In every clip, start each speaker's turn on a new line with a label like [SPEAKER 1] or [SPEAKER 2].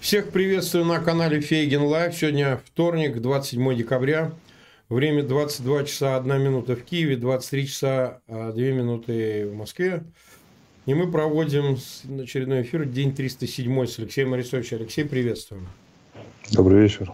[SPEAKER 1] Всех приветствую на канале Фейген Лайв. Сегодня вторник, 27 декабря. Время 22 часа 1 минута в Киеве, 23 часа 2 минуты в Москве. И мы проводим очередной эфир, день 307 с Алексеем Арестовичем. Алексей, приветствуем.
[SPEAKER 2] Добрый вечер.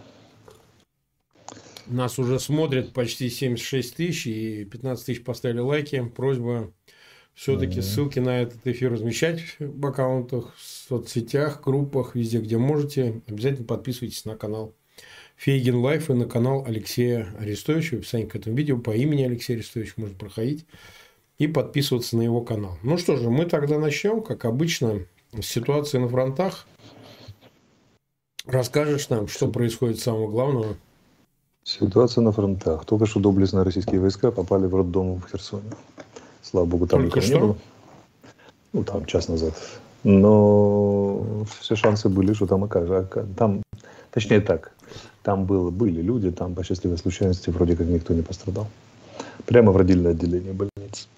[SPEAKER 1] Нас уже смотрят почти 76 тысяч и 15 тысяч поставили лайки. Просьба все-таки ссылки на этот эфир размещать в аккаунтах, в соцсетях, группах, везде, где можете. Обязательно подписывайтесь на канал Фейген Лайф и на канал Алексея Арестовича. В описании к этому видео по имени Алексей Арестович можно проходить и подписываться на его канал. Ну что же, мы тогда начнем, как обычно, с ситуации на фронтах. Расскажешь нам, что происходит самого главного?
[SPEAKER 2] Ситуация на фронтах. Только что доблестные российские войска попали в роддом в Херсоне. Слава богу, там
[SPEAKER 1] Только
[SPEAKER 2] никого
[SPEAKER 1] что?
[SPEAKER 2] не было. Ну, там час назад. Но все шансы были, что там окажется. Там, точнее так, там были люди, там по счастливой случайности вроде как никто не пострадал. Прямо в родильное отделение больницы.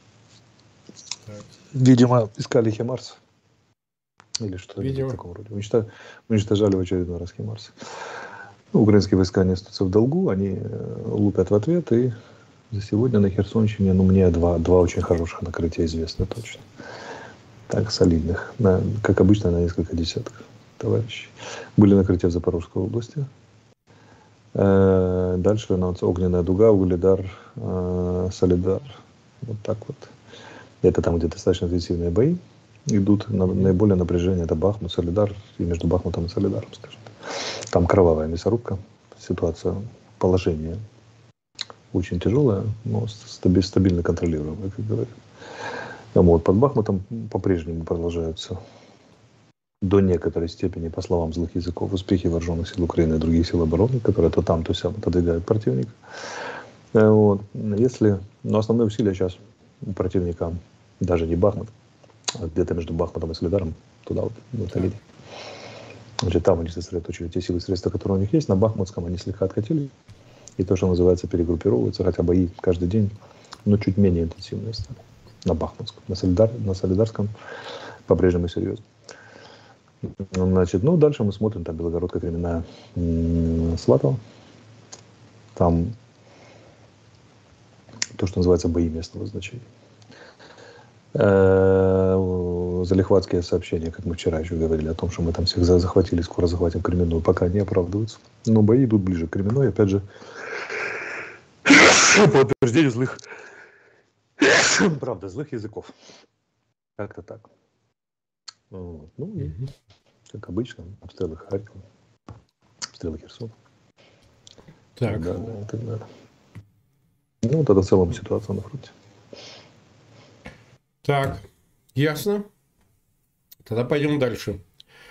[SPEAKER 2] Видимо, искали химарс. Или что-то в таком роде. Уничтожали в очередной раз химарс. Ну, украинские войска не остаются в долгу, они лупят в ответ, и за сегодня на Херсонщине, мне два очень хороших накрытия известны точно. Так, солидных. Как обычно, на несколько десятков товарищей. Были накрытия в Запорожской области. Дальше огненная дуга, Угледар, Солидар. Вот так вот. Это там, где достаточно интенсивные бои идут. Наиболее напряжение это Бахмут, Солидар, и между Бахмутом и Солидаром, скажем. Там кровавая мясорубка. Ситуация, положение очень тяжелое, но стабильно контролируемое, как говорят. Вот, под Бахмутом по-прежнему продолжаются до некоторой степени, по словам злых языков, успехи вооруженных сил Украины и других сил обороны, которые то там, то сям отодвигают противника. Вот. Но основные усилия сейчас у противника даже не Бахмут, а где-то между Бахмутом и Солидаром, туда вот, в этой линии. Значит, там они сосредоточили те силы и средства, которые у них есть. На Бахмутском они слегка откатили. И то, что называется, перегруппировываются, хотя бои каждый день, но чуть менее интенсивные стали. На Бахмутском. На Солидарском по-прежнему серьезно. Значит, дальше мы смотрим, там Белогородка, Кременная, Сватово. Там то, что называется, бои местного значения. Залихватские сообщения, как мы вчера еще говорили, о том, что мы там всех захватили, скоро захватим Кременную, пока не оправдываются. Но бои идут ближе к Кременной, опять же, по утверждению злых языков. Как-то так. Вот. И, как обычно, обстрелы Харькова, обстрелы Херсона.
[SPEAKER 1] Так.
[SPEAKER 2] Да, и так далее. Вот это в целом ситуация на фронте.
[SPEAKER 1] Так, ясно. Тогда пойдем дальше.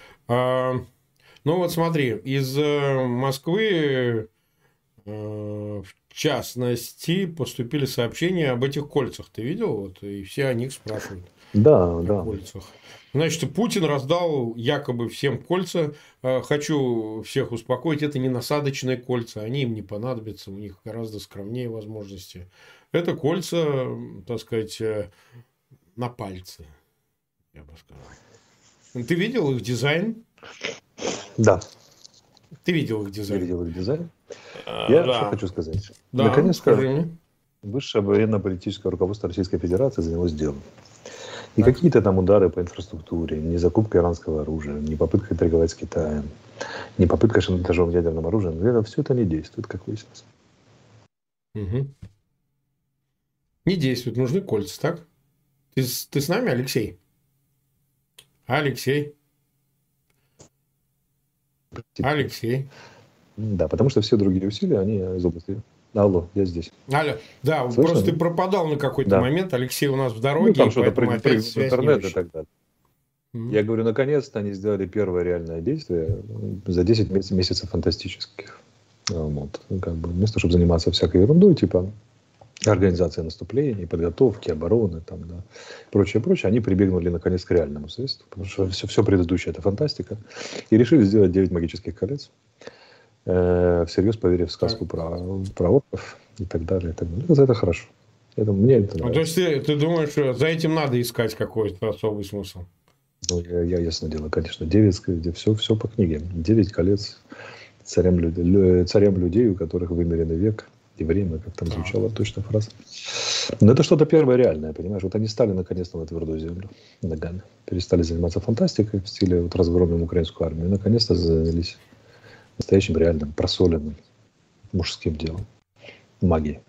[SPEAKER 1] Вот смотри, из Москвы, в частности, поступили сообщения об этих кольцах. Ты видел? Вот, и все о них спрашивают.
[SPEAKER 2] Да.
[SPEAKER 1] Кольцах. Значит, Путин раздал якобы всем кольца. Хочу всех успокоить, это не насадочные кольца, они им не понадобятся, у них гораздо скромнее возможности. Это кольца, так сказать, на пальцы, я бы сказал. Ты видел их дизайн?
[SPEAKER 2] Да.
[SPEAKER 1] Ты видел их дизайн?
[SPEAKER 2] Я видел их дизайн. Что хочу сказать.
[SPEAKER 1] Да,
[SPEAKER 2] наконец-то высшее военно-политическое руководство Российской Федерации занялось делом. И какие-то там удары по инфраструктуре, не закупка иранского оружия, не попытка торговать с Китаем, не попытка шантажом ядерным оружием, все это не действует, как выяснилось.
[SPEAKER 1] Не действует, нужны кольца, так? Ты с нами, Алексей? Алексей?
[SPEAKER 2] Да, потому что все другие усилия, они из области... Алло, я здесь.
[SPEAKER 1] Алло, да,
[SPEAKER 2] слышно?
[SPEAKER 1] Просто ты пропадал на какой-то момент, Алексей у нас в дороге,
[SPEAKER 2] там что-то
[SPEAKER 1] опять
[SPEAKER 2] в интернет и так далее. Я говорю, наконец-то они сделали первое реальное действие за 10 месяцев фантастических. Вот. Вместо, чтобы заниматься всякой ерундой, типа организации наступлений, подготовки, обороны, прочее, они прибегнули наконец к реальному средству, потому что все предыдущее это фантастика, и решили сделать 9 магических колец, всерьез поверив в сказку про орков и так далее. Это хорошо. Мне это нравится.
[SPEAKER 1] То есть ты думаешь, что за этим надо искать какой-то особый смысл?
[SPEAKER 2] Ну, я ясно дело, конечно, 9, где все по книге. 9 колец царям людей, у которых вымеренный век и время, как там
[SPEAKER 1] Так.
[SPEAKER 2] звучала точно фраза. Но это что-то первое реальное, понимаешь? Вот они стали наконец-то на твердую землю ногами. Перестали заниматься фантастикой в стиле вот разгромим украинскую армию. И наконец-то занялись настоящим, реальным, просоленным мужским делом. Магией.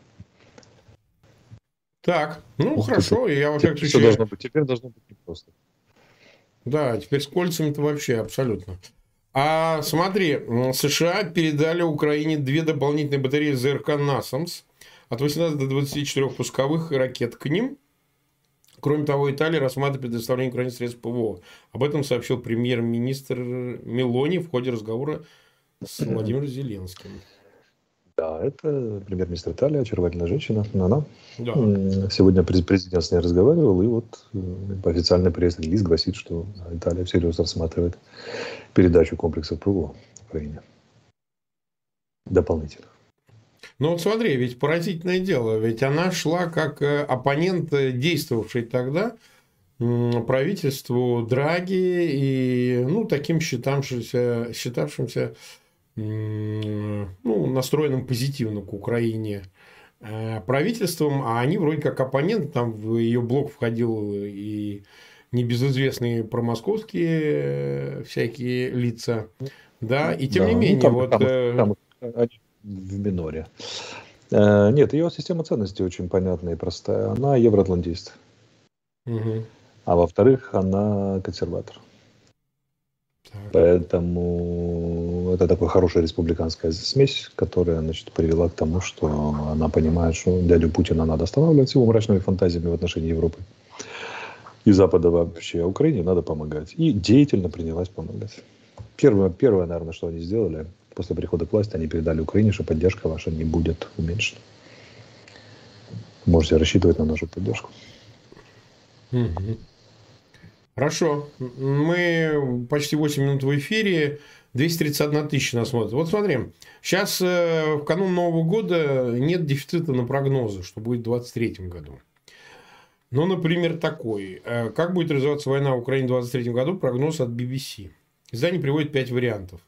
[SPEAKER 1] Так, ну
[SPEAKER 2] Вот это
[SPEAKER 1] хорошо, я во всяком
[SPEAKER 2] теперь все
[SPEAKER 1] случае,
[SPEAKER 2] должно быть. Теперь должно быть непросто.
[SPEAKER 1] да, теперь с кольцами-то вообще абсолютно. А смотри, США передали Украине 2 дополнительные батареи ЗРК «Насамс» от 18 до 24 пусковых ракет к ним. Кроме того, Италия рассматривает предоставление Украине средств ПВО. Об этом сообщил премьер-министр Мелони в ходе разговора с Владимиром Зеленским.
[SPEAKER 2] Да, это премьер-министр Италии, очаровательная женщина. Она
[SPEAKER 1] Да.
[SPEAKER 2] сегодня президент с ней разговаривал, и вот официальный пресс-релиз гласит, что Италия всерьез рассматривает передачу комплексов ПВО Украине. Дополнительно.
[SPEAKER 1] Ну вот смотри, ведь поразительное дело, ведь она шла как оппонент, действовавший тогда правительству Драги и ну, таким считавшимся ну, настроенным позитивно к Украине правительством, а они вроде как оппонент, там в ее блок входил и небезызвестные промосковские всякие лица, да, и тем
[SPEAKER 2] Да,
[SPEAKER 1] не
[SPEAKER 2] ну
[SPEAKER 1] менее,
[SPEAKER 2] там,
[SPEAKER 1] вот,
[SPEAKER 2] там они в миноре. Нет, ее система ценностей очень понятная и простая. Она евроатлантист.
[SPEAKER 1] угу,
[SPEAKER 2] А во-вторых, она консерватор.
[SPEAKER 1] так,
[SPEAKER 2] Поэтому это такая хорошая республиканская смесь, которая, значит, привела к тому, что она понимает, что дядю Путина надо останавливать с его мрачными фантазиями в отношении Европы и Запада вообще, а Украине надо помогать. И деятельно принялась помогать. Первое, наверное, что они сделали, после прихода к власти, они передали Украине, что поддержка ваша не будет уменьшена. Можете рассчитывать на нашу поддержку.
[SPEAKER 1] угу. Хорошо. Мы почти 8 минут в эфире. 231 тысяча нас смотрит. Вот смотри. Сейчас в канун Нового года нет дефицита на прогнозы, что будет в 2023 году. Ну, например, такой. Как будет развиваться война в Украине в 2023 году? Прогноз от BBC. Издание приводит 5 вариантов.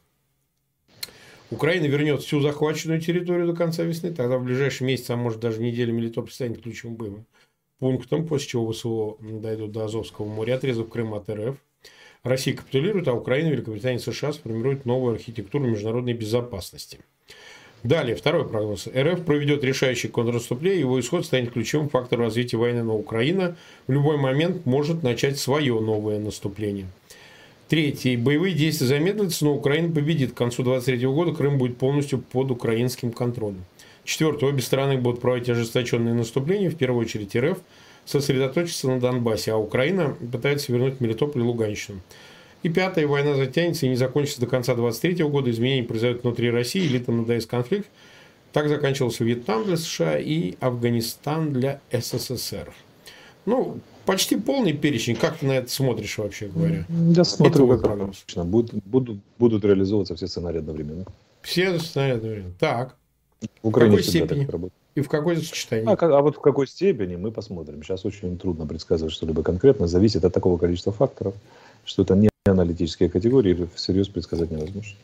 [SPEAKER 1] Украина вернет всю захваченную территорию до конца весны. Тогда в ближайшие месяцы, а может даже недели, Мелитополь станет ключевым боевым пунктом, после чего ВСО дойдут до Азовского моря, отрезав Крым от РФ. Россия капитулирует, а Украина, Великобритания и США сформируют новую архитектуру международной безопасности. Далее, второй прогноз. РФ проведет решающее контрнаступление, его исход станет ключевым фактором развития войны, но Украина в любой момент может начать свое новое наступление. Третий. Боевые действия замедлятся, но Украина победит. К концу 2023 года Крым будет полностью под украинским контролем. Четвертое. Обе стороны будут проводить ожесточенные наступления, в первую очередь РФ сосредоточится на Донбассе, а Украина пытается вернуть Мелитополь и Луганщину. И пятое. Война затянется и не закончится до конца 2023 года. Изменения произойдут внутри России, элитам надоест конфликт. Так заканчивался Вьетнам для США и Афганистан для СССР. Ну, почти полный перечень. Как ты на это смотришь, вообще говоря?
[SPEAKER 2] Я смотрю,
[SPEAKER 1] Итоговый
[SPEAKER 2] как
[SPEAKER 1] прогноз.
[SPEAKER 2] обычно. Будут реализовываться все сценарии одновременно.
[SPEAKER 1] Все сценарии одновременно. Так.
[SPEAKER 2] В
[SPEAKER 1] В
[SPEAKER 2] Украине
[SPEAKER 1] какой
[SPEAKER 2] всегда так
[SPEAKER 1] степени?
[SPEAKER 2] работает.
[SPEAKER 1] И в какой сочетании?
[SPEAKER 2] А вот в какой степени мы посмотрим. Сейчас очень трудно предсказывать что-либо конкретно. Зависит от такого количества факторов, что это не аналитические категории, всерьез предсказать невозможно.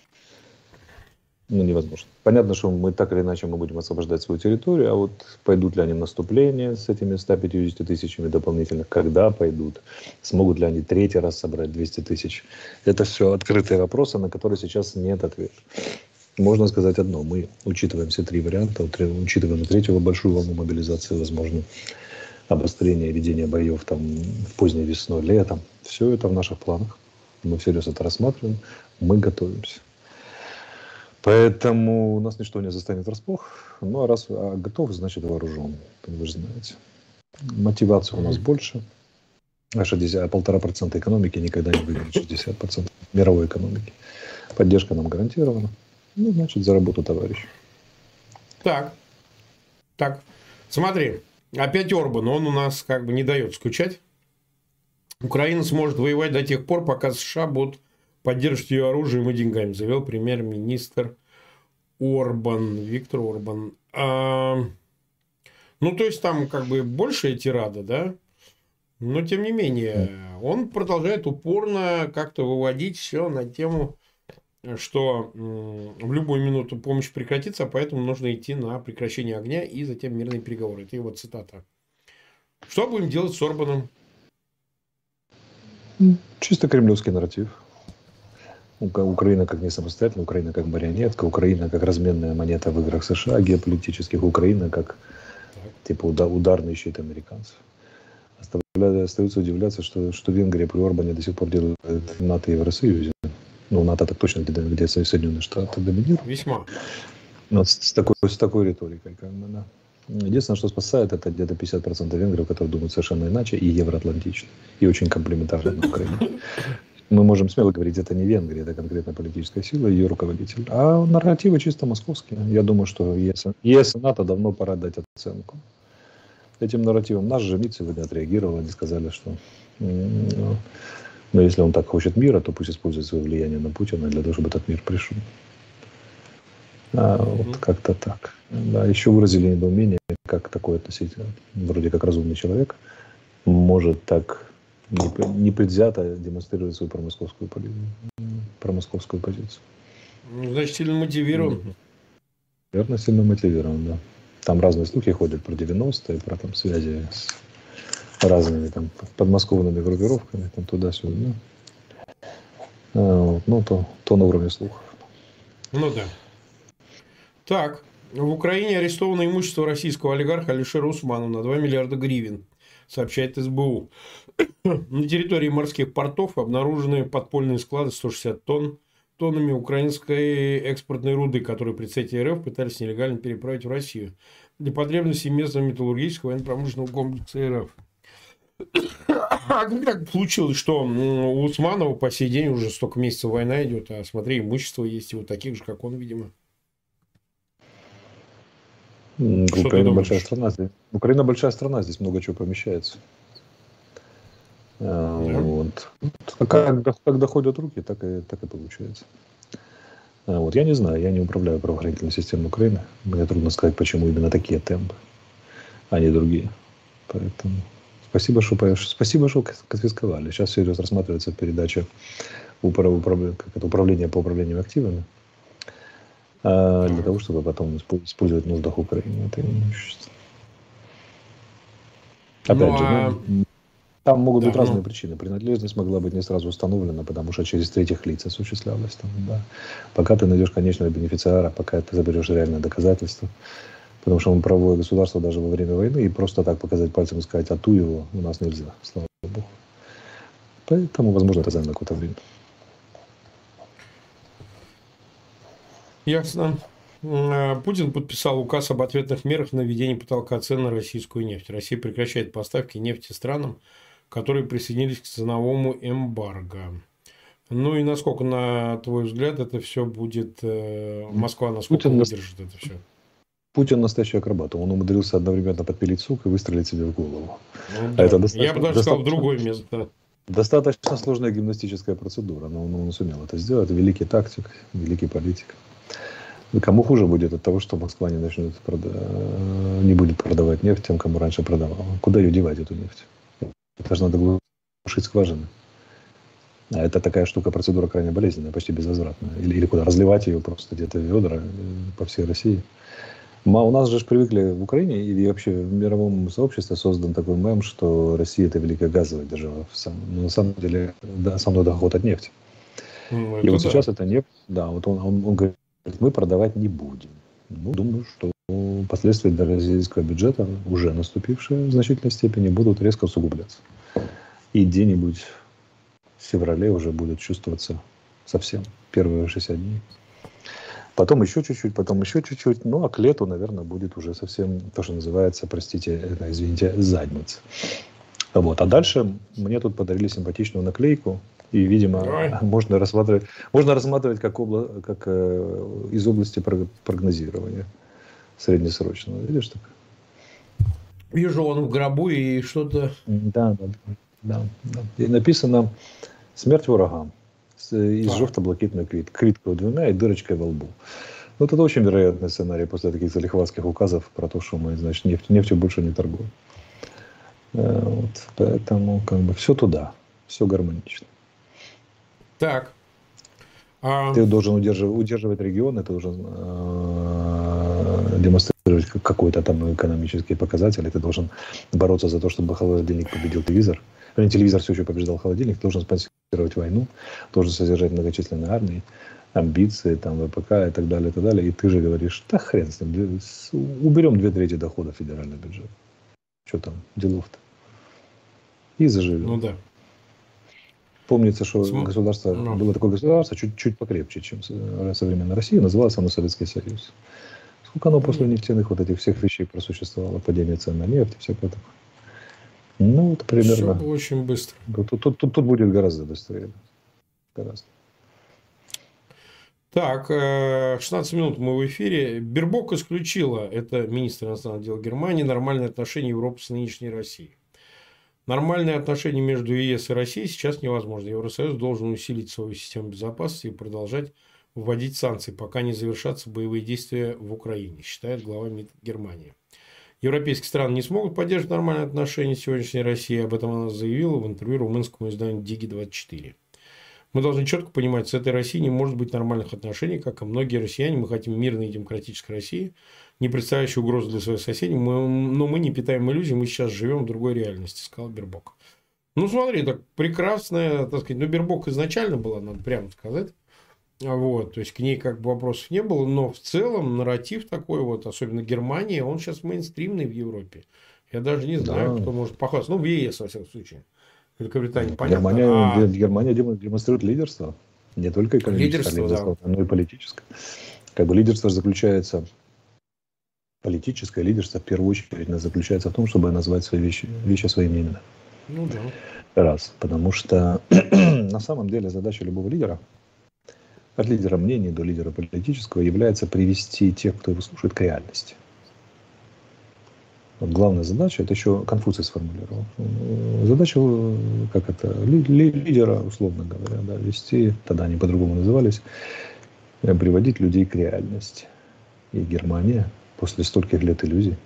[SPEAKER 2] Ну, невозможно. Понятно, что мы так или иначе мы будем освобождать свою территорию, а вот пойдут ли они в наступление с этими 150 тысячами дополнительных, когда пойдут, смогут ли они третий раз собрать 200 тысяч. Это все открытые вопросы, на которые сейчас нет ответа. Можно сказать одно. Мы учитываем все три варианта, учитываем третью большую волну мобилизации, возможно, обострение ведения боев там в поздней весной, летом. Все это в наших планах. Мы всерьез это рассматриваем. Мы готовимся. Поэтому нас ничто не застанет врасплох. Ну, а раз готов, значит вооружен. Вы же знаете. Мотивация у нас больше. А 1,5% экономики никогда не выиграет 60% мировой экономики. Поддержка нам гарантирована. Ну, значит, за работу, товарищ.
[SPEAKER 1] Так. Смотри. Опять Орбан. Он у нас как бы не дает скучать. Украина сможет воевать до тех пор, пока США будут поддерживать ее оружием и деньгами, заявил премьер-министр Орбан, Виктор Орбан. Ну, то есть, там как бы большая тирада, да? Но, тем не менее, он продолжает упорно как-то выводить все на тему, что в любую минуту помощь прекратится, поэтому нужно идти на прекращение огня и затем мирные переговоры. Это его цитата. Что будем делать с Орбаном?
[SPEAKER 2] Чисто кремлевский нарратив. Украина как не самостоятельная, Украина как марионетка, Украина как разменная монета в играх США геополитических, Украина как типа ударный щит американцев. Остается удивляться, что Венгрия при Орбане до сих пор делает НАТО и Евросоюзе. Ну, НАТО так точно, где Соединенные Штаты доминируют.
[SPEAKER 1] Весьма.
[SPEAKER 2] Но с такой риторикой, как бы, да. Единственное, что спасает, это где-то 50% венгров, которые думают совершенно иначе и евроатлантично, и очень комплементарно на Украине. Мы можем смело говорить, это не Венгрия, это конкретно политическая сила и ее руководитель. А нарративы чисто московские. Я думаю, что ЕС и НАТО давно пора дать оценку этим нарративам. Наш же МИД сегодня отреагировал, они сказали, что если он так хочет мира, то пусть использует свое влияние на Путина для того, чтобы этот мир пришел. Вот как-то так. Да, еще выразили недоумение, как такой относительно, вроде как разумный человек, может так непредвзято демонстрировать свою промосковскую позицию.
[SPEAKER 1] Значит, сильно мотивирован.
[SPEAKER 2] Верно, сильно мотивирован, да. Там разные слухи ходят про 90-е, про там связи с разными там подмосковными группировками, там туда-сюда. Ну, то на уровне слухов.
[SPEAKER 1] Ну да. Так, в Украине арестовано имущество российского олигарха Алишера Усманова на 2 миллиарда гривен, сообщает СБУ. На территории морских портов обнаружены подпольные склады 160 тоннами украинской экспортной руды, которую представители РФ пытались нелегально переправить в Россию для потребностей местного металлургического и военно-промышленного комплекса РФ. А как получилось, что у Усманова по сей день уже столько месяцев война идет, а смотри, имущество есть и вот таких же, как он, видимо.
[SPEAKER 2] Украина большая страна, здесь много чего помещается. Вот. Как доходят руки, так и получается. Вот. Я не знаю, я не управляю правоохранительной системой Украины. Мне трудно сказать, почему именно такие темпы, а не другие. Поэтому спасибо, что конфисковали. Сейчас все идет рассматривается передача управления по управлению активами. Для того, чтобы потом использовать в нуждах Украины это имущество. Опять же, там могут быть разные причины. Принадлежность могла быть не сразу установлена, потому что через третьих лиц осуществлялась. Да. Пока ты найдешь конечного бенефициара, пока ты заберешь реальное доказательство. Потому что мы правовое государство даже во время войны, и просто так показать пальцем и сказать, а ту его у нас нельзя, слава богу. Поэтому, возможно, это займет какое-то время.
[SPEAKER 1] Ясно. Путин подписал указ об ответных мерах на введение потолка цен на российскую нефть. Россия прекращает поставки нефти странам, которые присоединились к ценовому эмбарго. Ну и насколько, на твой взгляд, это все будет... Москва насколько выдержит это все?
[SPEAKER 2] Путин настоящий акробат. Он умудрился одновременно подпилить сук и выстрелить себе в голову.
[SPEAKER 1] Ну, да. Я бы даже сказал, в другое место.
[SPEAKER 2] Достаточно сложная гимнастическая процедура, но он сумел это сделать. Великий тактик, великий политик. И кому хуже будет от того, что Москва не будет продавать нефть тем, кому раньше продавала. Куда ее девать, эту нефть? Это же надо глушить скважины. А это такая штука, процедура крайне болезненная, почти безвозвратная. Или куда? Разливать ее просто где-то в ведра по всей России. У нас же привыкли в Украине и вообще в мировом сообществе создан такой мем, что Россия – это великая газовая держава. Но на самом деле основной доход от нефти. И вот сейчас это нефть. Да, вот он говорит, мы продавать не будем. Ну, думаю, что последствия для российского бюджета, уже наступившие в значительной степени, будут резко усугубляться. И где-нибудь в феврале уже будет чувствоваться совсем первые 60 дней. Потом еще чуть-чуть. Ну, а к лету, наверное, будет уже совсем то, что называется, извините, задница. Вот. А дальше мне тут подарили симпатичную наклейку. И, видимо, можно рассматривать как из области прогнозирования среднесрочного. Видишь так?
[SPEAKER 1] Вижу, он в гробу и что-то...
[SPEAKER 2] Да. И написано «Смерть ворогам». Из жовто-блакитной квиткой двумя и дырочкой во лбу. Вот это очень вероятный сценарий после таких залихватских указов про то, что мы, значит, нефтью больше не торгуем. Вот, поэтому как бы все туда, все гармонично.
[SPEAKER 1] Так.
[SPEAKER 2] Ты должен удерживать регион, ты должен демонстрировать какой-то там экономический показатель, ты должен бороться за то, чтобы холодильник победил телевизор. Телевизор все еще побеждал холодильник, ты должен спонсировать войну, должен содержать многочисленные армии, амбиции, там, ВПК и так далее, и так далее. И ты же говоришь, да хрен с ним, уберем 2/3 дохода федерального бюджета. Что там, делов-то? И заживем.
[SPEAKER 1] Ну да.
[SPEAKER 2] Помнится, что государство, было такое государство чуть-чуть покрепче, чем современная Россия, называлось оно Советский Союз. Сколько оно после нефтяных вот этих всех вещей просуществовало, падение цен на нефть и всякое такое. Ну, это примерно...
[SPEAKER 1] Все очень быстро.
[SPEAKER 2] Тут будет гораздо быстрее. Гораздо.
[SPEAKER 1] Так, 16 минут мы в эфире. Бербок исключила, это министр иностранных дел Германии, нормальные отношения Европы с нынешней Россией. Нормальные отношения между ЕС и Россией сейчас невозможно. Евросоюз должен усилить свою систему безопасности и продолжать вводить санкции, пока не завершатся боевые действия в Украине, считает глава МИД Германии. Европейские страны не смогут поддерживать нормальные отношения с сегодняшней Россией. Об этом она заявила в интервью румынскому изданию Digi24. Мы должны четко понимать, с этой Россией не может быть нормальных отношений, как и многие россияне. Мы хотим мирной и демократической России, не представляющей угрозу для своих соседей. Но мы не питаем иллюзий, мы сейчас живем в другой реальности, сказал Бербок. Ну, смотри, так прекрасная, так сказать, Бербок изначально была, надо прямо сказать. Вот, то есть, к ней как бы вопросов не было, но в целом нарратив такой вот, особенно Германия, он сейчас мейнстримный в Европе. Я даже не знаю, кто может похвастаться. Ну, в ЕС, во всяком случае. Великобритания, понятно.
[SPEAKER 2] Германия демонстрирует лидерство. Не только экономическое лидерство, но и политическое. Как бы лидерство заключается... Политическое лидерство, в первую очередь, заключается в том, чтобы назвать свои вещи своими именами.
[SPEAKER 1] Ну да.
[SPEAKER 2] Раз. Потому что на самом деле задача любого лидера, от лидера мнений до лидера политического, является привести тех, кто его слушает, к реальности. Вот главная задача, это еще Конфуций сформулировал. Задача, как это, лидера, условно говоря, да, вести, тогда они по-другому назывались, приводить людей к реальности. И Германия после стольких лет иллюзий,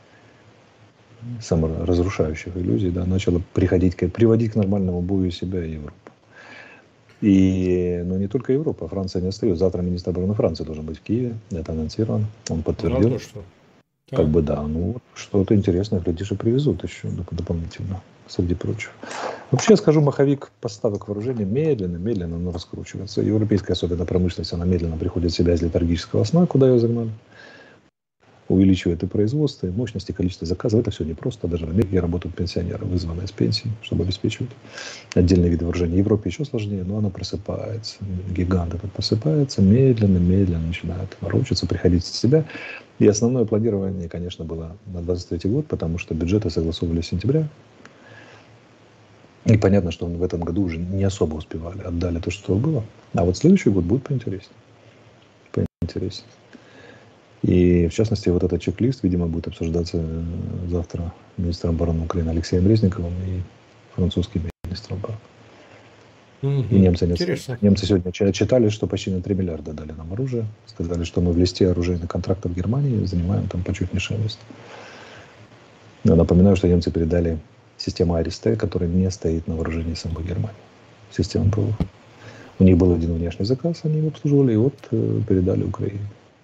[SPEAKER 2] саморазрушающих иллюзий, да, начала приводить к нормальному бою себя и Европу. Но не только Европа, Франция не остается. Завтра министр обороны Франции должен быть в Киеве, это анонсировано, он подтвердил. Как бы да, ну что-то интересное глядишь и привезут еще дополнительно, среди прочего. Вообще, я скажу, маховик поставок вооружений медленно раскручивается. Европейская, особенно промышленность, она медленно приходит в себя из летаргического сна, куда ее загнали. Увеличивает и производство, и мощность, и количество заказов. Это все непросто. Даже в Америке работают пенсионеры, вызванные с пенсии, чтобы обеспечивать отдельные виды вооружения. В Европе еще сложнее, но она просыпается. Гигант этот просыпается, медленно начинает ворочаться, приходить в себя. И основное планирование, конечно, было на 2023 год, потому что бюджеты согласовывали с сентября. И понятно, что в этом году уже не особо успевали, отдали то, что было. А вот следующий год будет поинтереснее. И, в частности, вот этот чек-лист, видимо, будет обсуждаться завтра министром обороны Украины Алексеем Резниковым и французским министром обороны. И немцы сегодня читали, что почти на 3 миллиарда дали нам оружие. Сказали, что мы в листе оружейных контрактов в Германии занимаем там почетнейшее место. Я напоминаю, что немцы передали систему Арис-Т, которая не стоит на вооружении самой Германии. Система ПВО. У них был один внешний заказ, они его обслуживали, и вот передали Украине.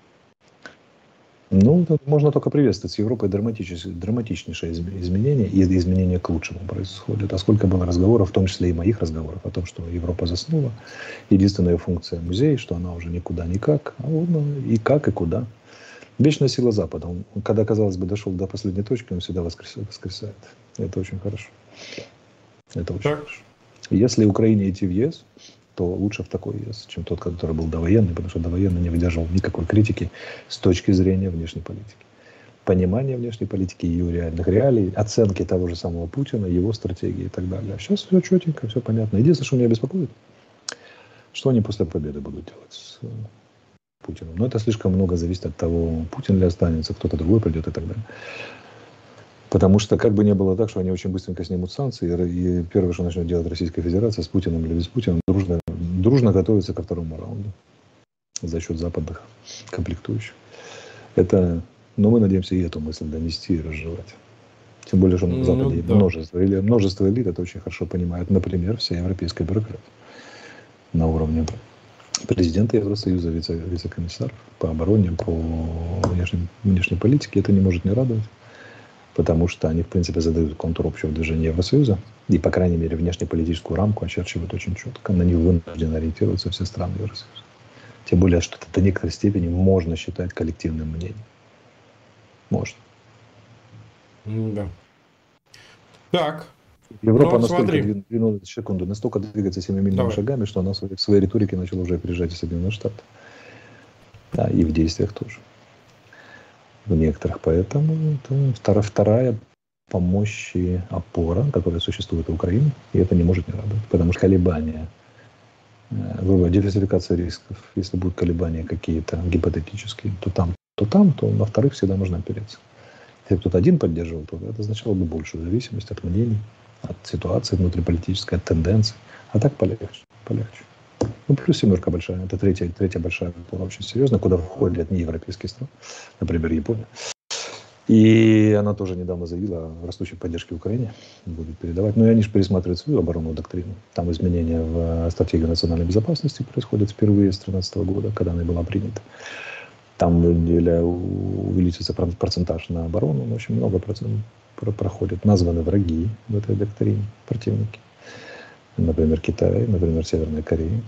[SPEAKER 2] Ну, можно только приветствовать. С Европой драматичнейшее изменение, и изменения к лучшему происходят. А сколько было разговоров, в том числе и моих разговоров, о том, что Европа заснула. Единственная функция музея, что она уже никуда никак. А вот и как, и куда. Вечная сила Запада. Он, когда, казалось бы, дошел до последней точки, он всегда воскресает. Это очень хорошо. Это очень хорошо. Если Украине идти в ЕС, то лучше в такой ЕС, чем тот, который был довоенный, потому что довоенный не выдерживал никакой критики с точки зрения внешней политики. Понимания внешней политики, ее реальных реалий, оценки того же самого Путина, его стратегии и так далее. А сейчас все четенько, все понятно. Единственное, что меня беспокоит, что они после победы будут делать с Путиным. Но это слишком много зависит от того, Путин ли останется, кто-то другой придет и так далее. Потому что как бы не было так, что они очень быстренько снимут санкции, и первое, что начнет делать Российская Федерация с Путиным или без Путина, дружно готовится ко второму раунду за счет западных комплектующих. Но мы надеемся и эту мысль донести и разжевать. Тем более, что на
[SPEAKER 1] Ну
[SPEAKER 2] Западе
[SPEAKER 1] да.
[SPEAKER 2] множество элит это очень хорошо понимают. Например, вся европейская бюрократия на уровне президента Евросоюза, вице-комиссар по обороне, по внешней политике. Это не может не радовать, потому что они, в принципе, задают контур общего движения Евросоюза и, по крайней мере, внешнеполитическую рамку очерчивают очень четко. На них вынуждены ориентироваться все страны Евросоюза. Тем более, что это до некоторой степени можно считать коллективным мнением. Можно.
[SPEAKER 1] Да. Так,
[SPEAKER 2] Европа
[SPEAKER 1] ну
[SPEAKER 2] настолько
[SPEAKER 1] смотри,
[SPEAKER 2] настолько двигается семимильными
[SPEAKER 1] давай.
[SPEAKER 2] шагами, что она в своей риторике начала уже опережать Соединенные Штаты. Да, и в действиях тоже. В некоторых. Поэтому это вторая помощь и опора, которая существует в Украине, и это не может не радовать. Потому что колебания, диверсификация рисков, если будут колебания какие-то гипотетические, то там, то на вторых всегда можно опереться. Если кто-то один поддерживал, то это означало бы большую зависимость от мнений, от ситуации внутриполитической, от тенденций. А так полегче. Ну, плюс семерка большая. Это третья большая опора, очень серьезно, куда входят неевропейские страны, например, Япония. И она тоже недавно заявила о растущей поддержке Украине, будет передавать. Но и они же пересматривают свою оборонную доктрину. Там изменения в стратегию национальной безопасности происходят впервые с 2013 года, когда она была принята. Там увеличится процентаж на оборону, но очень много процентов проходит. Названы враги в этой доктрине, противники. Например, Китай, например, Северная Корея.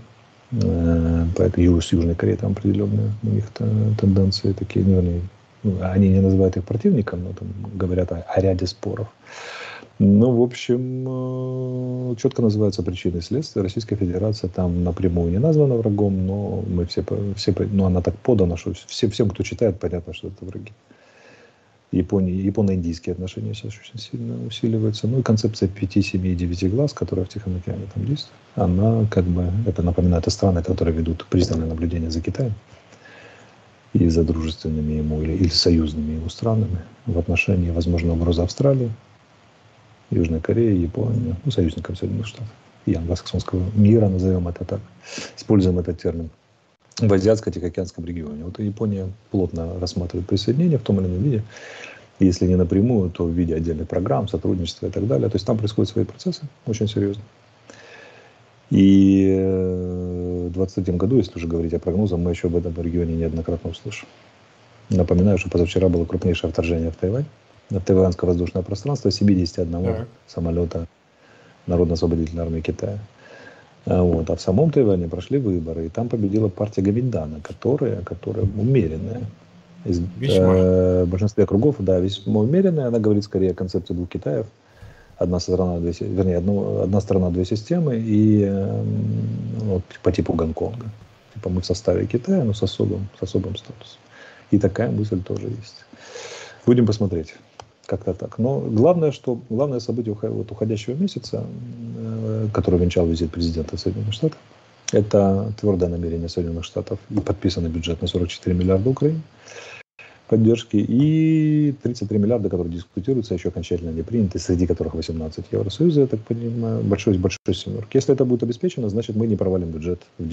[SPEAKER 2] Поэтому с Южной Кореей там определенные у них тенденции такие, они не называют их противником, но там говорят о ряде споров. Ну, в общем, четко называются причины и следствия. Российская Федерация там напрямую не названа врагом, но мы она так подана, что всем, кто читает, понятно, что это враги. Японо-индийские отношения сейчас очень сильно усиливаются. Ну и концепция 5, 7 и 9 глаз, которая в Тихом океане там действует, она это напоминает о странах, которые ведут пристальное наблюдение за Китаем и за дружественными ему или союзными ему странами в отношении возможной угрозы Австралии, Южной Кореи, Японии, союзников Соединенных Штатов и англосаксонского мира, назовем это так, используем этот термин, в Азиатско-Тихоокеанском регионе. Вот Япония плотно рассматривает присоединение в том или ином виде, если не напрямую, то в виде отдельных программ, сотрудничества и так далее. То есть там происходят свои процессы очень серьезно. И в 2023 году, если уже говорить о прогнозах, мы еще об этом регионе неоднократно услышим. Напоминаю, что позавчера было крупнейшее вторжение в Тайвань, на тайваньское воздушное пространство 71
[SPEAKER 1] Так.
[SPEAKER 2] самолета Народно-освободительной армии Китая. А в самом Тайване прошли выборы, и там победила партия Гоминдана, которая умеренная. В большинстве кругов, да, весьма умеренная. Она говорит скорее о концепции двух Китаев. Одна страна, две системы, и по типу Гонконга. Типа мы в составе Китая, но с особым статусом. И такая мысль тоже есть. Будем посмотреть. Как-то так. Но главное событие уходящего месяца, которое венчал визит президента Соединенных Штатов, это твердое намерение Соединенных Штатов и подписанный бюджет на 44 миллиарда Украины поддержки и 33 миллиарда, которые дискутируются, еще окончательно не приняты, среди которых 18 Евросоюза, я так понимаю, большой семерки. Если это будет обеспечено, значит мы не провалим бюджет в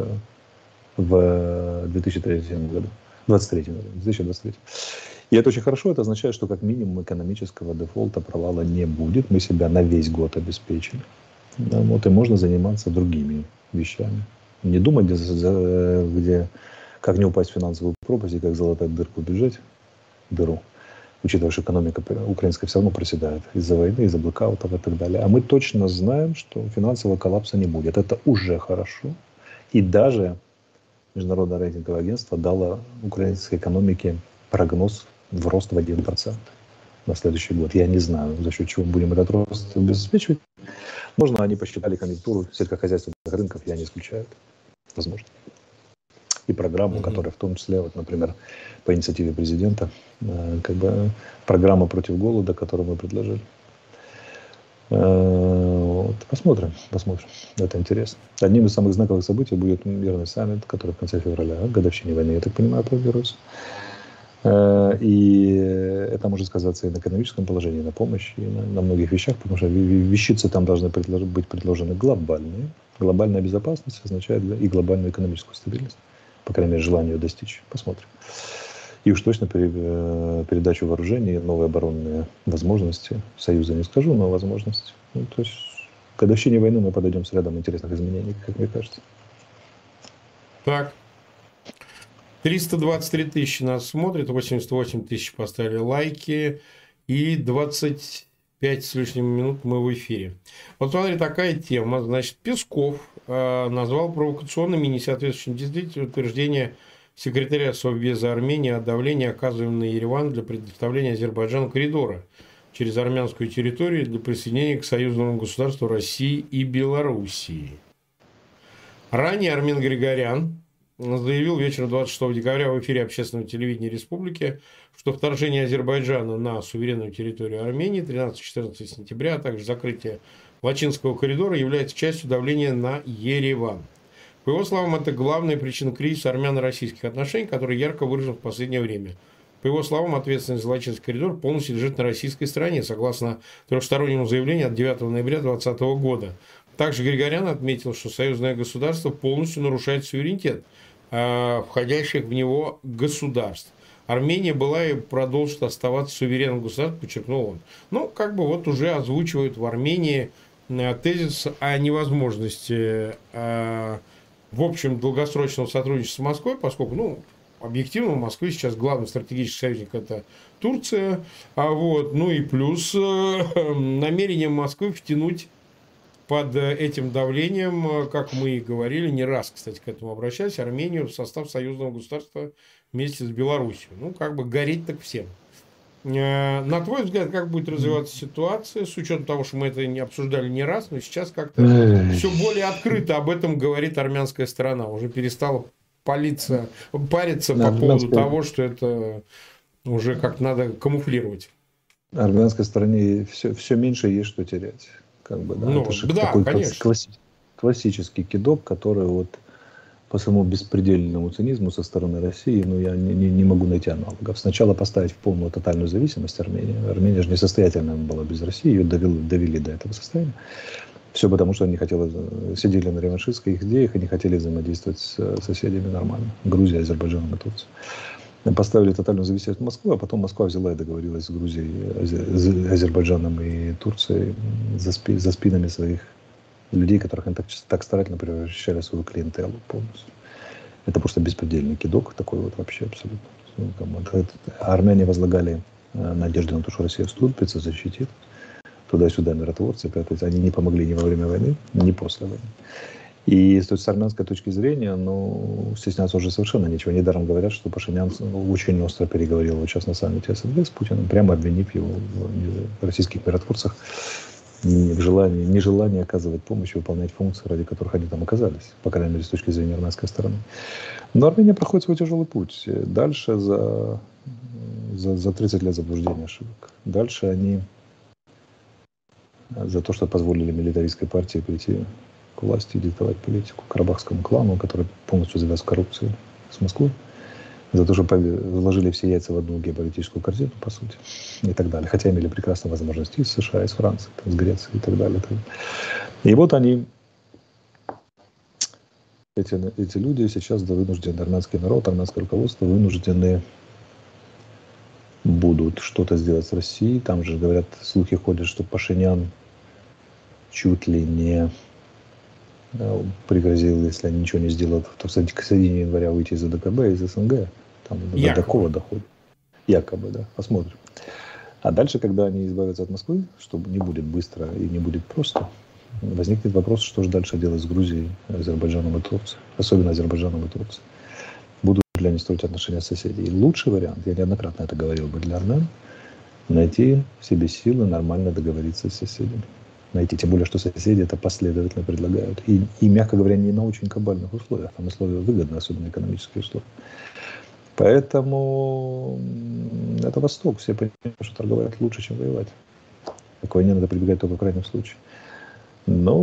[SPEAKER 2] 2023 году. 2023. И это очень хорошо, это означает, что как минимум экономического дефолта, провала не будет. Мы себя на весь год обеспечили. И можно заниматься другими вещами. Не думать, как не упасть в финансовую пропасть и как залатать дырку в бюджете, учитывая, что экономика украинская все равно проседает из-за войны, из-за блэкаутов и так далее. А мы точно знаем, что финансового коллапса не будет. Это уже хорошо. И даже Международное рейтинговое агентство дало украинской экономике прогноз в рост в 1% на следующий год. Я не знаю, за счет чего будем этот рост обеспечивать. Возможно, они посчитали конъюнктуру сельскохозяйственных рынков, я не исключаю. Возможно. И программу, которая в том числе, например, по инициативе президента, программа против голода, которую мы предложили. Посмотрим. Это интересно. Одним из самых знаковых событий будет мирный саммит, который в конце февраля, годовщине войны, я так понимаю, планируется. И это может сказаться и на экономическом положении, на помощи, и на многих вещах, потому что вещицы там должны быть предложены глобальные. Глобальная безопасность означает и глобальную экономическую стабильность. По крайней мере, желание ее достичь. Посмотрим. И уж точно передачу вооружений, новые оборонные возможности. Союза не скажу, но возможности. Ну, то есть к годовщине войны мы подойдем с рядом интересных изменений, как мне кажется.
[SPEAKER 1] Так. 323 тысячи нас смотрит, 88 тысяч поставили лайки и 25 с лишним минут мы в эфире. Вот смотри, такая тема. Значит, Песков назвал провокационными и несоответствующим действительности утверждение секретаря Совбеза Армении о давлении, оказываемом на Ереван для предоставления Азербайджану коридора через армянскую территорию для присоединения к союзному государству России и Белоруссии. Ранее Армен Григорян заявил вечером 26 декабря в эфире общественного телевидения республики, что вторжение Азербайджана на суверенную территорию Армении 13-14 сентября, а также закрытие Лачинского коридора является частью давления на Ереван. По его словам, это главная причина кризиса армяно-российских отношений, который ярко выражен в последнее время. По его словам, ответственность за Лачинский коридор полностью лежит на российской стороне, согласно трехстороннему заявлению от 9 ноября 2020 года. Также Григорян отметил, что союзное государство полностью нарушает суверенитет входящих в него государств. Армения была и продолжит оставаться суверенным государством, подчеркнул он. Ну, как бы вот уже озвучивают в Армении тезис о невозможности, в общем, долгосрочного сотрудничества с Москвой, поскольку, ну, объективно у Москвы сейчас главный стратегический союзник – это Турция. Ну и плюс намерение Москвы втянуть под этим давлением, как мы и говорили, не раз, кстати, к этому обращались, Армению в состав союзного государства вместе с Белоруссией. Ну, как бы гореть так всем. На твой взгляд, как будет развиваться ситуация, с учетом того, что мы это не обсуждали не раз, но сейчас как-то все более открыто об этом говорит армянская сторона. Уже перестала париться по поводу того, что это уже как надо камуфлировать.
[SPEAKER 2] Армянской стороне все меньше есть что терять. Как бы, да?
[SPEAKER 1] Ну,
[SPEAKER 2] это же
[SPEAKER 1] да,
[SPEAKER 2] такой классический кидок, который вот по своему беспредельному цинизму со стороны России, ну, я не могу найти аналогов. Сначала поставить в полную тотальную зависимость Армении. Армения же несостоятельная была без России, ее довели до этого состояния. Все потому, что они сидели на реваншистских идеях и не хотели взаимодействовать с соседями нормально. Грузией, Азербайджаном и Турцией. Поставили тотальную зависимость от Москвы, а потом Москва взяла и договорилась с Грузией, Азербайджаном и Турцией за спинами своих людей, которых они так старательно превращали в свою клиентелу полностью. Это просто беспредельный кидок такой вот вообще абсолютно. Армяне возлагали надежды на то, что Россия вступится, защитит. Туда-сюда миротворцы, они не помогли ни во время войны, ни после войны. И с армянской точки зрения, ну, стесняться уже совершенно нечего. Недаром говорят, что Пашинян очень остро переговорил вот сейчас на саммите СНГ с Путиным, прямо обвинив его в российских миротворцах в нежелании оказывать помощь и выполнять функции, ради которых они там оказались, по крайней мере, с точки зрения армянской стороны. Но Армения проходит свой тяжелый путь. Дальше за 30 лет заблуждения ошибок. Дальше они за то, что позволили милитаристской партии прийти к власти и диктовать политику, карабахскому клану, который полностью завяз в коррупции с Москвой, за то, что вложили все яйца в одну геополитическую корзину, по сути, и так далее. Хотя имели прекрасные возможности из США, из Франции, из Греции и так далее. И вот они, эти люди сейчас вынуждены, армянский народ, армянское руководство вынуждены будут что-то сделать с Россией. Там же, говорят, слухи ходят, что Пашинян чуть ли не пригрозил, если они ничего не сделают, то к середине января выйти из АДКБ, из СНГ. Там до такого доходит. Якобы, да. Посмотрим. А дальше, когда они избавятся от Москвы, что не будет быстро и не будет просто, возникнет вопрос, что же дальше делать с Грузией, Азербайджаном и Турцией. Особенно Азербайджаном и Турцией. Будут ли они строить отношения с соседями? И лучший вариант, я неоднократно это говорил бы для армян, найти в себе силы нормально договориться с соседями. Найти, тем более, что соседи это последовательно предлагают. И, мягко говоря, не на очень кабальных условиях. Там условия выгодны, особенно экономические условия. Поэтому это Восток. Все понимают, что торговать лучше, чем воевать. К войне надо прибегать только в крайнем случае. Но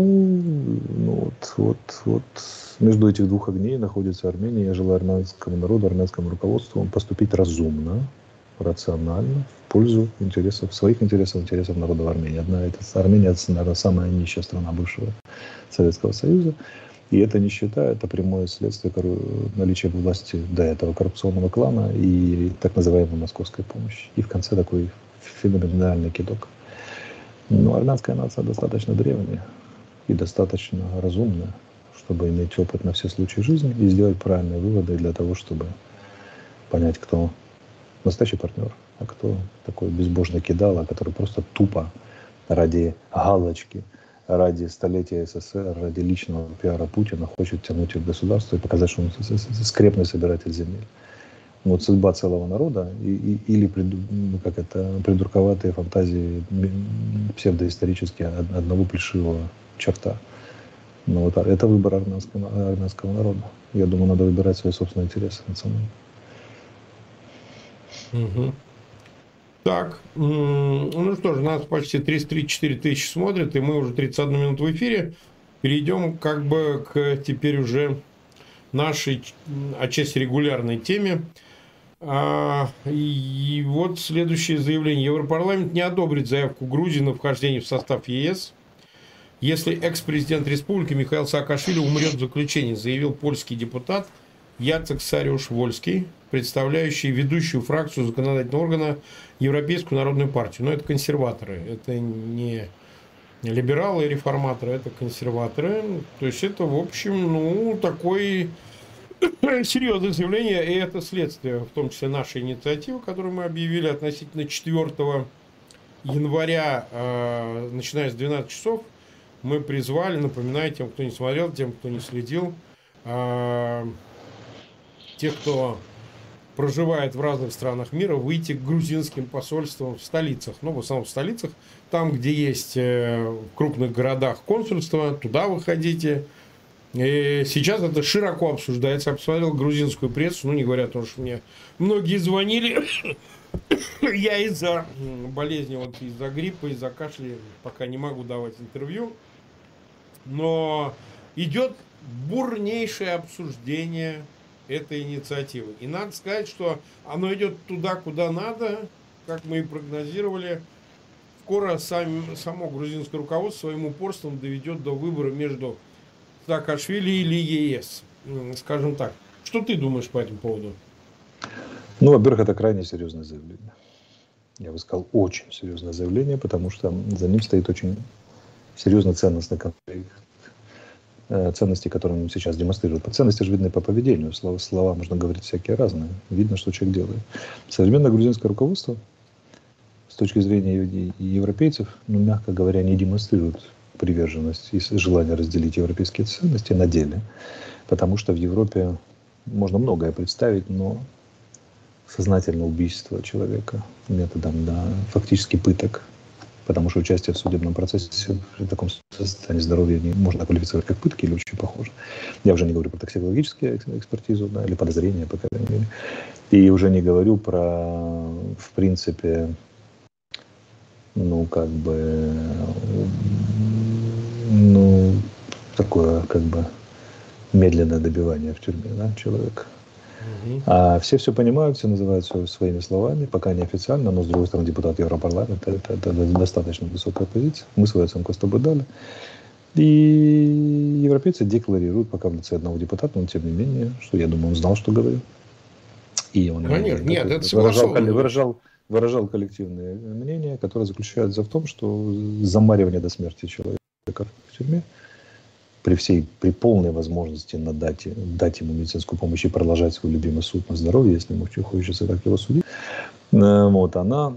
[SPEAKER 2] вот между этих двух огней находится Армения. Я желаю армянскому народу, армянскому руководству поступить разумно, рационально, в пользу своих интересов народа в Армении. Армения, это, наверное, самая нищая страна бывшего Советского Союза. И эта нищета – это прямое следствие наличия в власти до этого коррупционного клана и так называемой московской помощи. И в конце такой феноменальный кидок. Но армянская нация достаточно древняя и достаточно разумная, чтобы иметь опыт на все случаи жизни и сделать правильные выводы для того, чтобы понять, кто настоящий партнер, а кто такой безбожный кидало, который просто тупо ради галочки, ради столетия СССР, ради личного пиара Путина хочет тянуть их в государство и показать, что он скрепный собиратель земель. Вот судьба целого народа или придурковатые фантазии псевдоисторические одного плешивого черта. Но вот это выбор армянского народа. Я думаю, надо выбирать свои собственные интересы национальные.
[SPEAKER 1] Угу. Так, ну что ж, нас почти 34 тысячи смотрят, и мы уже 31 минуту в эфире. Перейдем как бы к теперь уже нашей отчасти регулярной теме. И вот следующее заявление. Европарламент не одобрит заявку Грузии на вхождение в состав ЕС, если экс-президент республики Михаил Саакашвили умрет в заключении, заявил польский депутат Яцек Сариуш-Вольский, представляющий ведущую фракцию законодательного органа Европейскую народную партию. Но это консерваторы, это не либералы и реформаторы, это консерваторы. То есть это, в общем, ну, такое серьезное заявление, и это следствие, в том числе нашей инициативы, которую мы объявили относительно 4 января, начиная с 12 часов. Мы призвали, напоминаю тем, кто не смотрел, тем, кто не следил, тех, кто проживает в разных странах мира, выйти к грузинским посольствам в столицах. Ну, в основном в столицах. Там, где есть в крупных городах консульства, туда выходите. И сейчас это широко обсуждается. Я посмотрел грузинскую прессу, ну, не говоря о том, что мне многие звонили. Я из-за болезни, вот из-за гриппа, из-за кашля пока не могу давать интервью. Но идет бурнейшее обсуждение этой инициативы. И надо сказать, что оно идет туда, куда надо, как мы и прогнозировали. Скоро само грузинское руководство своим упорством доведет до выбора между Саакашвили или ЕС. Скажем так. Что ты думаешь по этому поводу?
[SPEAKER 2] Ну, во-первых, это крайне серьезное заявление. Я бы сказал, очень серьезное заявление, потому что за ним стоит очень серьезный ценностный конфликт. Ценности, которые он сейчас демонстрирует. Ценности же видны по поведению. Слова можно говорить всякие разные. Видно, что человек делает. Современное грузинское руководство, с точки зрения европейцев, ну, мягко говоря, не демонстрирует приверженность и желание разделить европейские ценности на деле. Потому что в Европе можно многое представить, но сознательное убийство человека методом фактически пыток, потому что участие в судебном процессе в таком состоянии здоровья можно квалифицировать как пытки или очень похоже. Я уже не говорю про токсикологическую экспертизу, или подозрения, по крайней мере. И уже не говорю про, в принципе, такое, медленное добивание в тюрьме, человека. А все понимают, все называют своими словами, пока не официально, но, с другой стороны, депутат Европарламента – это достаточно высокая позиция. Мы свою оценку с тобой дали. И европейцы декларируют, пока в лице одного депутата, но тем не менее, что я думаю, он знал, что говорил. И он выражал коллективное мнение, которое заключается в том, что замаривание до смерти человека в тюрьме при полной возможности дать ему медицинскую помощь и продолжать свой любимый суд на здоровье, если ему хочется так его судить, она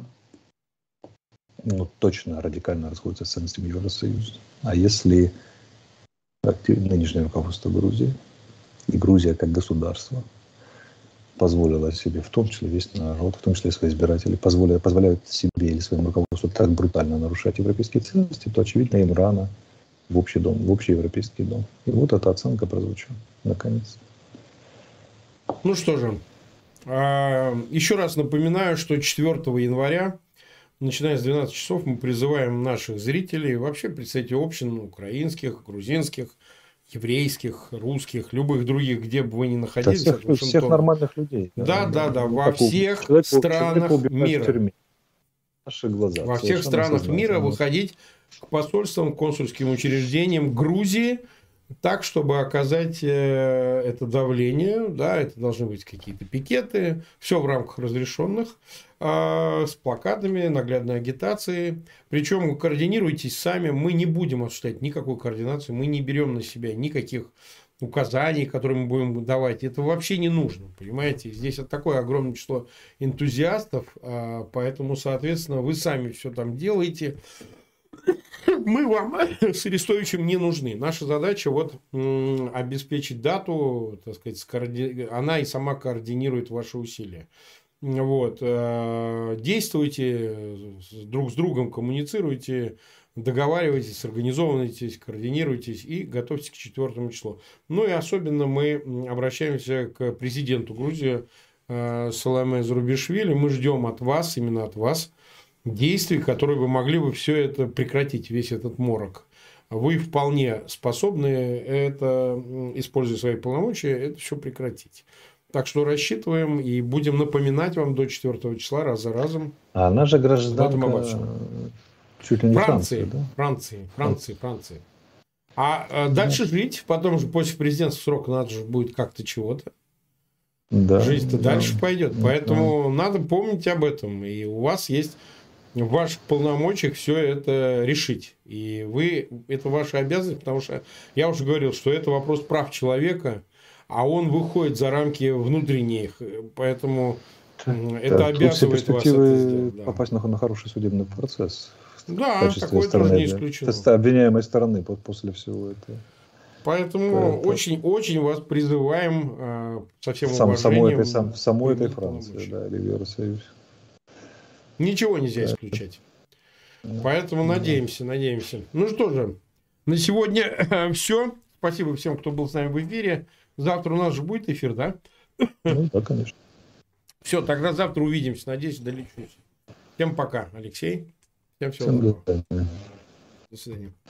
[SPEAKER 2] точно радикально расходится с ценностями Евросоюза. А если нынешнее руководство Грузии и Грузия как государство позволила себе, в том числе весь народ, в том числе свои избиратели, позволяют себе или своему руководству так брутально нарушать европейские ценности, то, очевидно, им рано в общий дом, в общий европейский дом. И вот эта оценка прозвучала, наконец.
[SPEAKER 1] Ну что же, еще раз напоминаю, что 4 января, начиная с 12 часов, мы призываем наших зрителей, вообще представителей общин украинских, грузинских, еврейских, русских, любых других, где бы вы ни находились.
[SPEAKER 2] Всех нормальных людей.
[SPEAKER 1] Да, во всех странах мира.
[SPEAKER 2] Наши глаза.
[SPEAKER 1] Во всех странах мира выходить к посольствам, консульским учреждениям Грузии так, чтобы оказать это давление, да, это должны быть какие-то пикеты, все в рамках разрешенных, с плакатами, наглядной агитацией. Причем координируйтесь сами, мы не будем осуществлять никакую координацию, мы не берем на себя никаких указаний, которые мы будем давать. Это вообще не нужно, понимаете? Здесь такое огромное число энтузиастов, поэтому, соответственно, вы сами все там делаете. Мы вам с Арестовичем не нужны. Наша задача вот обеспечить дату, так сказать, она и сама координирует ваши усилия. Вот. Действуйте друг с другом, коммуницируйте, договаривайтесь, организовывайтесь, координируйтесь и готовьтесь к 4 числу. Ну и особенно мы обращаемся к президенту Грузии Саломе Зурабишвили. Мы ждем от вас, именно от вас, действий, которые вы могли бы все это прекратить, весь этот морок. Вы вполне способны это, используя свои полномочия, это все прекратить. Так что рассчитываем и будем напоминать вам до 4 числа раз за разом.
[SPEAKER 2] А она же гражданка чуть ли не Франции, да?
[SPEAKER 1] Франции. А дальше жить, потом же после президентского срока надо же будет как-то чего-то. Да, жизнь-то дальше пойдет. Поэтому надо помнить об этом. И у вас есть в ваших полномочиях все это решить. И это ваша обязанность, потому что я уже говорил, что это вопрос прав человека, а он выходит за рамки внутренних. Поэтому это обязывает вас это сделать. Да.
[SPEAKER 2] Попасть на хороший судебный процесс.
[SPEAKER 1] Да, такое тоже не исключено.
[SPEAKER 2] Обвиняемой стороны после всего этого.
[SPEAKER 1] Поэтому очень вас призываем со всем уважением.
[SPEAKER 2] Самой этой Франции, да, или в Евросоюзе.
[SPEAKER 1] Ничего нельзя исключать. Поэтому надеемся. Ну что же, на сегодня все. Спасибо всем, кто был с нами в эфире. Завтра у нас же будет эфир, да?
[SPEAKER 2] Ну, да, конечно.
[SPEAKER 1] Все, тогда завтра увидимся. Надеюсь, долечусь. Всем пока, Алексей. Всем всего доброго. До свидания.